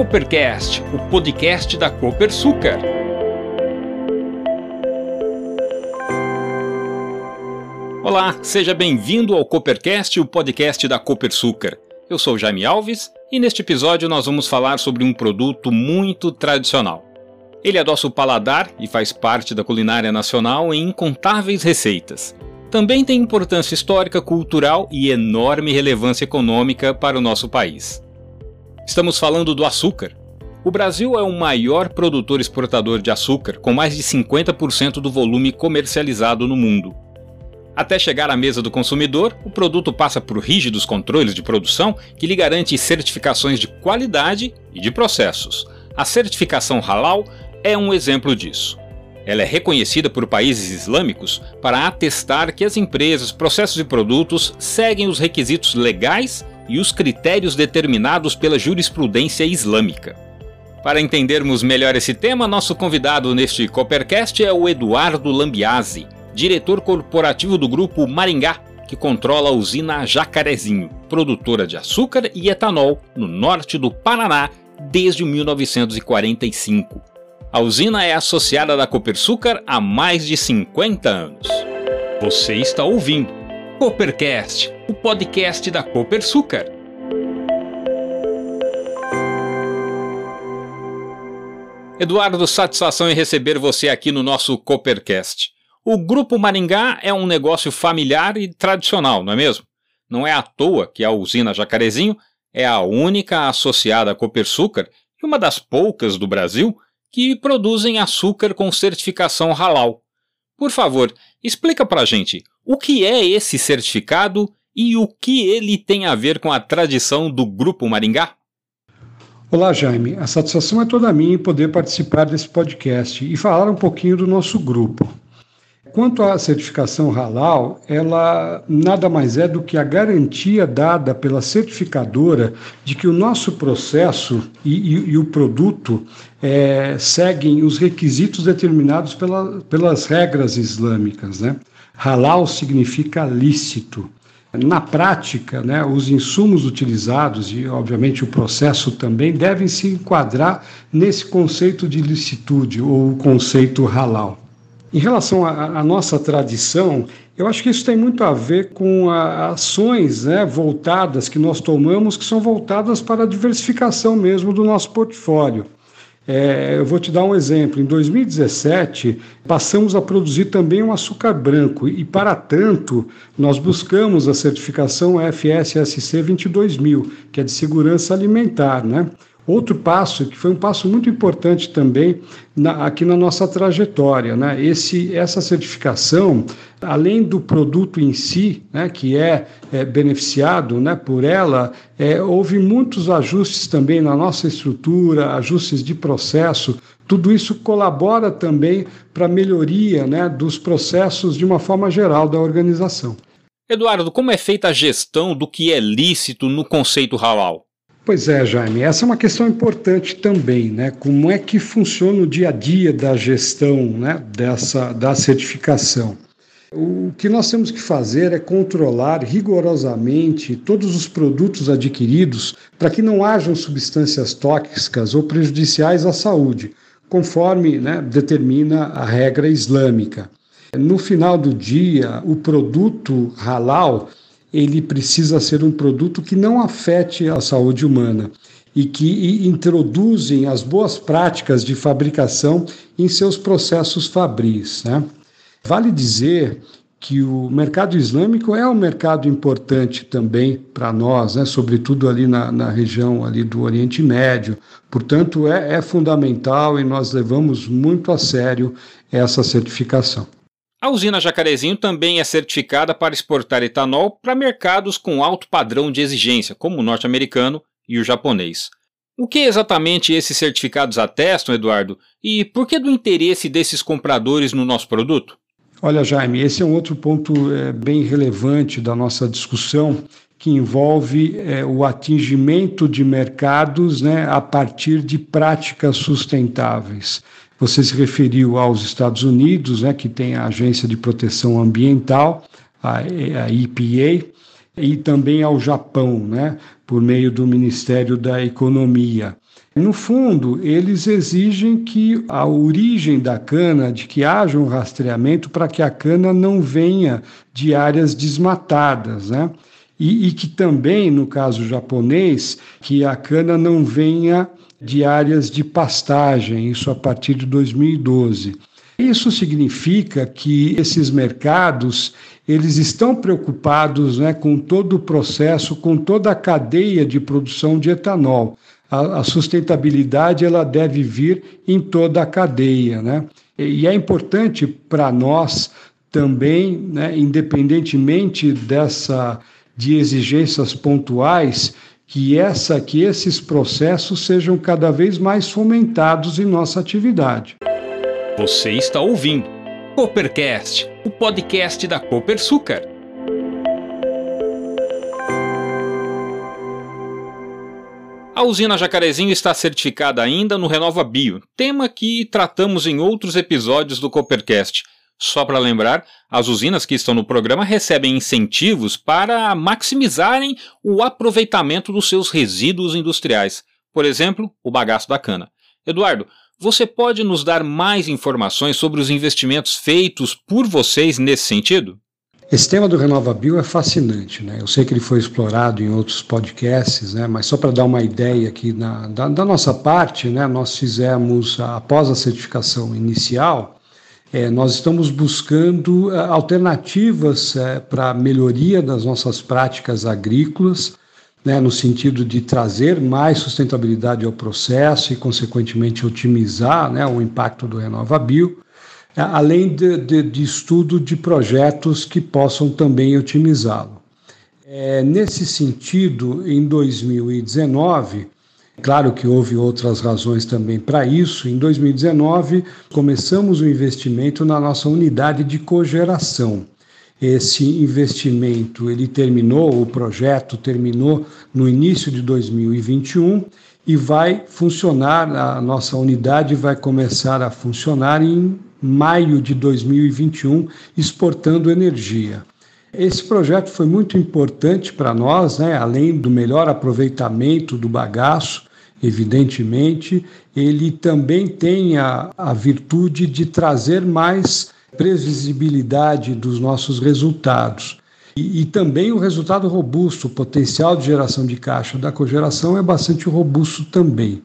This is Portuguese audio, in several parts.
Coopercast, o podcast da Copersucar. Olá, seja bem-vindo ao Coopercast, o podcast da Copersucar. Eu sou Jaime Alves e neste episódio nós vamos falar sobre um produto muito tradicional. Ele adoça o paladar e faz parte da culinária nacional em incontáveis receitas. Também tem importância histórica, cultural e enorme relevância econômica para o nosso país. Estamos falando do açúcar. O Brasil é o maior produtor exportador de açúcar, com mais de 50% do volume comercializado no mundo. Até chegar à mesa do consumidor, o produto passa por rígidos controles de produção que lhe garante certificações de qualidade e de processos. A certificação Halal é um exemplo disso. Ela é reconhecida por países islâmicos para atestar que as empresas, processos e produtos seguem os requisitos legais e os critérios determinados pela jurisprudência islâmica. Para entendermos melhor esse tema, nosso convidado neste Coopercast é o Eduardo Lambiase, diretor corporativo do Grupo Maringá, que controla a usina Jacarezinho, produtora de açúcar e etanol no norte do Paraná desde 1945. A usina é associada da Copersucar há mais de 50 anos. Você está ouvindo Coopercast, o podcast da Copersucar. Eduardo, satisfação em receber você aqui no nosso Coopercast. O Grupo Maringá é um negócio familiar e tradicional, não é mesmo? Não é à toa que a usina Jacarezinho é a única associada à Copersucar e uma das poucas do Brasil que produzem açúcar com certificação Halal. Por favor, explica pra gente o que é esse certificado e o que ele tem a ver com a tradição do Grupo Maringá? Olá, Jaime. A satisfação é toda minha em poder participar desse podcast e falar um pouquinho do nosso grupo. Quanto à certificação Halal, ela nada mais é do que a garantia dada pela certificadora de que o nosso processo e o produto seguem os requisitos determinados pelas regras islâmicas, né? Halal significa lícito. Na prática, né, os insumos utilizados e, obviamente, o processo também devem se enquadrar nesse conceito de licitude ou o conceito halal. Em relação à nossa tradição, eu acho que isso tem muito a ver com ações, né, voltadas que nós tomamos, que são voltadas para a diversificação mesmo do nosso portfólio. Eu vou te dar um exemplo. Em 2017, passamos a produzir também um açúcar branco e, para tanto, nós buscamos a certificação FSSC 22000, que é de segurança alimentar, né? Outro passo, que foi um passo muito importante também aqui na nossa trajetória, né? Essa certificação, além do produto em si, né, que é beneficiado, né, por ela, houve muitos ajustes também na nossa estrutura, ajustes de processo. Tudo isso colabora também para a melhoria, né, dos processos de uma forma geral da organização. Eduardo, como é feita a gestão do que é lícito no conceito halal? Pois é, Jaime, essa é uma questão importante também, né? Como é que funciona o dia a dia da gestão, né, da certificação? O que nós temos que fazer é controlar rigorosamente todos os produtos adquiridos para que não hajam substâncias tóxicas ou prejudiciais à saúde, conforme, né, determina a regra islâmica. No final do dia, o produto halal ele precisa ser um produto que não afete a saúde humana e que introduzem as boas práticas de fabricação em seus processos fabris, né? Vale dizer que o mercado islâmico é um mercado importante também para nós, né? Sobretudo ali na região ali do Oriente Médio. Portanto, é fundamental e nós levamos muito a sério essa certificação. A usina Jacarezinho também é certificada para exportar etanol para mercados com alto padrão de exigência, como o norte-americano e o japonês. O que exatamente esses certificados atestam, Eduardo? E por que do interesse desses compradores no nosso produto? Olha, Jaime, esse é um outro ponto bem relevante da nossa discussão, que envolve o atingimento de mercados, né, a partir de práticas sustentáveis. Você se referiu aos Estados Unidos, né, que tem a Agência de Proteção Ambiental, a EPA, e também ao Japão, né, por meio do Ministério da Economia. No fundo, eles exigem que a origem da cana, de que haja um rastreamento para que a cana não venha de áreas desmatadas, né? E que também, no caso japonês, que a cana não venha de áreas de pastagem, isso a partir de 2012. Isso significa que esses mercados, eles estão preocupados, né, com todo o processo, com toda a cadeia de produção de etanol. A sustentabilidade ela deve vir em toda a cadeia, né? E é importante para nós também, né, independentemente de exigências pontuais, que esses processos sejam cada vez mais fomentados em nossa atividade. Você está ouvindo Coopercast, o podcast da Copersucar. A usina Jacarezinho está certificada ainda no RenovaBio, tema que tratamos em outros episódios do Coopercast. Só para lembrar, as usinas que estão no programa recebem incentivos para maximizarem o aproveitamento dos seus resíduos industriais. Por exemplo, o bagaço da cana. Eduardo, você pode nos dar mais informações sobre os investimentos feitos por vocês nesse sentido? Esse tema do RenovaBio é fascinante, né? Eu sei que ele foi explorado em outros podcasts, né? Mas só para dar uma ideia aqui da nossa parte, né? Nós fizemos, após a certificação inicial, nós estamos buscando alternativas para a melhoria das nossas práticas agrícolas, né? No sentido de trazer mais sustentabilidade ao processo e, consequentemente, otimizar, né, o impacto do RenovaBio, além de estudo de projetos que possam também otimizá-lo. Nesse sentido, em 2019, claro que houve outras razões também para isso, em 2019 começamos o investimento na nossa unidade de cogeração. Esse investimento, o projeto terminou no início de 2021 e vai funcionar, a nossa unidade vai começar a funcionar em maio de 2021, exportando energia. Esse projeto foi muito importante para nós, né? Além do melhor aproveitamento do bagaço, evidentemente, ele também tem a virtude de trazer mais previsibilidade dos nossos resultados. E também o resultado robusto, o potencial de geração de caixa da cogeração é bastante robusto também.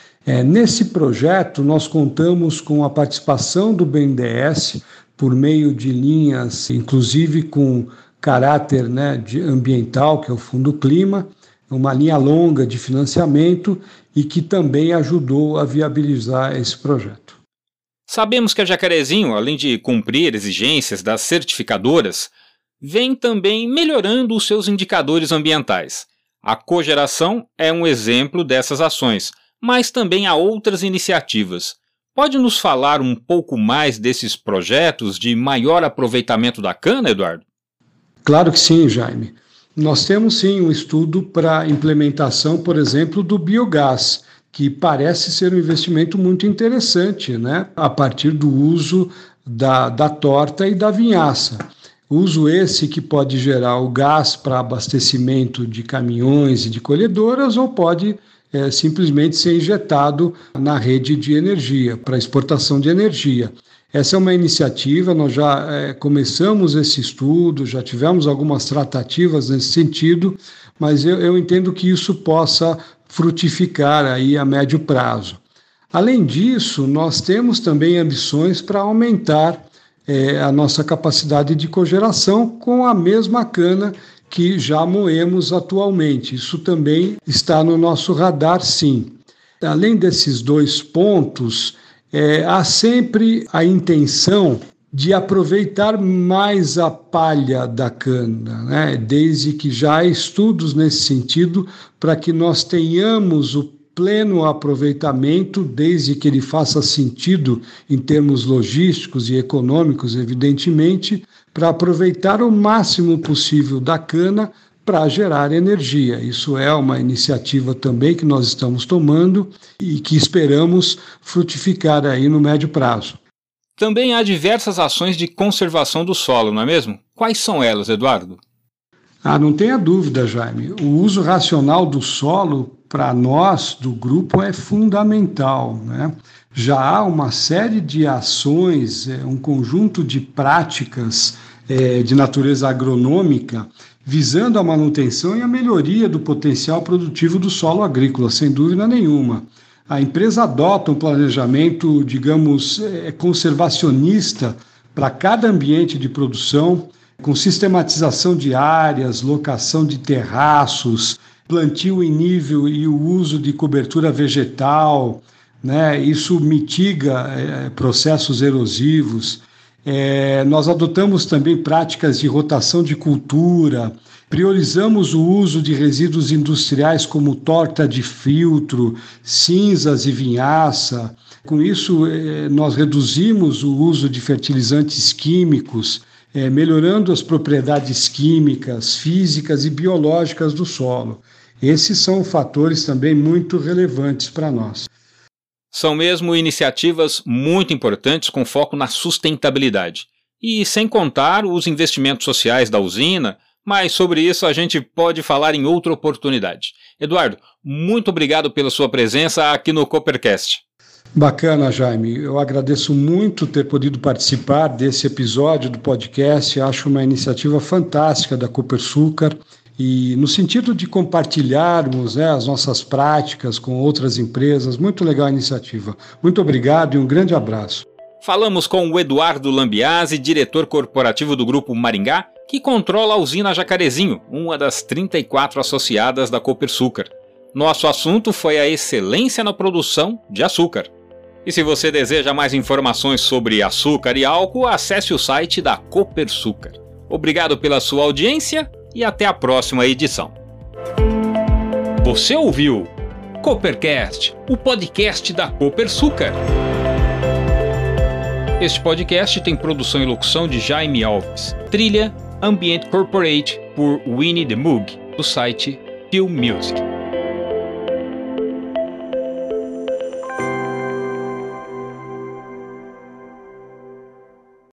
Nesse projeto, nós contamos com a participação do BNDES por meio de linhas, inclusive com caráter, né, ambiental, que é o Fundo Clima, uma linha longa de financiamento e que também ajudou a viabilizar esse projeto. Sabemos que a Jacarezinho, além de cumprir exigências das certificadoras, vem também melhorando os seus indicadores ambientais. A cogeração é um exemplo dessas ações, mas também há outras iniciativas. Pode nos falar um pouco mais desses projetos de maior aproveitamento da cana, Eduardo? Claro que sim, Jaime. Nós temos sim um estudo para implementação, por exemplo, do biogás, que parece ser um investimento muito interessante, né? A partir do uso da torta e da vinhaça. Uso esse que pode gerar o gás para abastecimento de caminhões e de colhedoras ou pode simplesmente ser injetado na rede de energia, para exportação de energia. Essa é uma iniciativa, nós já começamos esse estudo, já tivemos algumas tratativas nesse sentido, mas eu entendo que isso possa frutificar aí a médio prazo. Além disso, nós temos também ambições para aumentar a nossa capacidade de cogeração com a mesma cana que já moemos atualmente. Isso também está no nosso radar, sim. Além desses dois pontos, há sempre a intenção de aproveitar mais a palha da cana, né? Desde que já há estudos nesse sentido para que nós tenhamos o pleno aproveitamento, desde que ele faça sentido em termos logísticos e econômicos, evidentemente, para aproveitar o máximo possível da cana para gerar energia. Isso é uma iniciativa também que nós estamos tomando e que esperamos frutificar aí no médio prazo. Também há diversas ações de conservação do solo, não é mesmo? Quais são elas, Eduardo? Não tenha dúvida, Jaime. O uso racional do solo, para nós, do grupo, é fundamental, né? Já há uma série de ações, um conjunto de práticas de natureza agronômica, visando a manutenção e a melhoria do potencial produtivo do solo agrícola, sem dúvida nenhuma. A empresa adota um planejamento, digamos, conservacionista para cada ambiente de produção, com sistematização de áreas, locação de terraços, plantio em nível e o uso de cobertura vegetal, né? Isso mitiga processos erosivos. Nós adotamos também práticas de rotação de cultura, priorizamos o uso de resíduos industriais como torta de filtro, cinzas e vinhaça. Com isso, nós reduzimos o uso de fertilizantes químicos, melhorando as propriedades químicas, físicas e biológicas do solo. Esses são fatores também muito relevantes para nós. São mesmo iniciativas muito importantes com foco na sustentabilidade. E sem contar os investimentos sociais da usina, mas sobre isso a gente pode falar em outra oportunidade. Eduardo, muito obrigado pela sua presença aqui no Coopercast. Bacana, Jaime. Eu agradeço muito ter podido participar desse episódio do podcast. Acho uma iniciativa fantástica da Copersucar e no sentido de compartilharmos as nossas práticas com outras empresas. Muito legal a iniciativa. Muito obrigado e um grande abraço. Falamos com o Eduardo Lambiase, diretor corporativo do Grupo Maringá, que controla a usina Jacarezinho, uma das 34 associadas da Copersucar. Nosso assunto foi a excelência na produção de açúcar. E se você deseja mais informações sobre açúcar e álcool, acesse o site da Copersucar. Obrigado pela sua audiência e até a próxima edição. Você ouviu Coopercast, o podcast da Copersucar. Este podcast tem produção e locução de Jaime Alves. Trilha Ambient Corporate por Winnie the Moog, do site Film Music.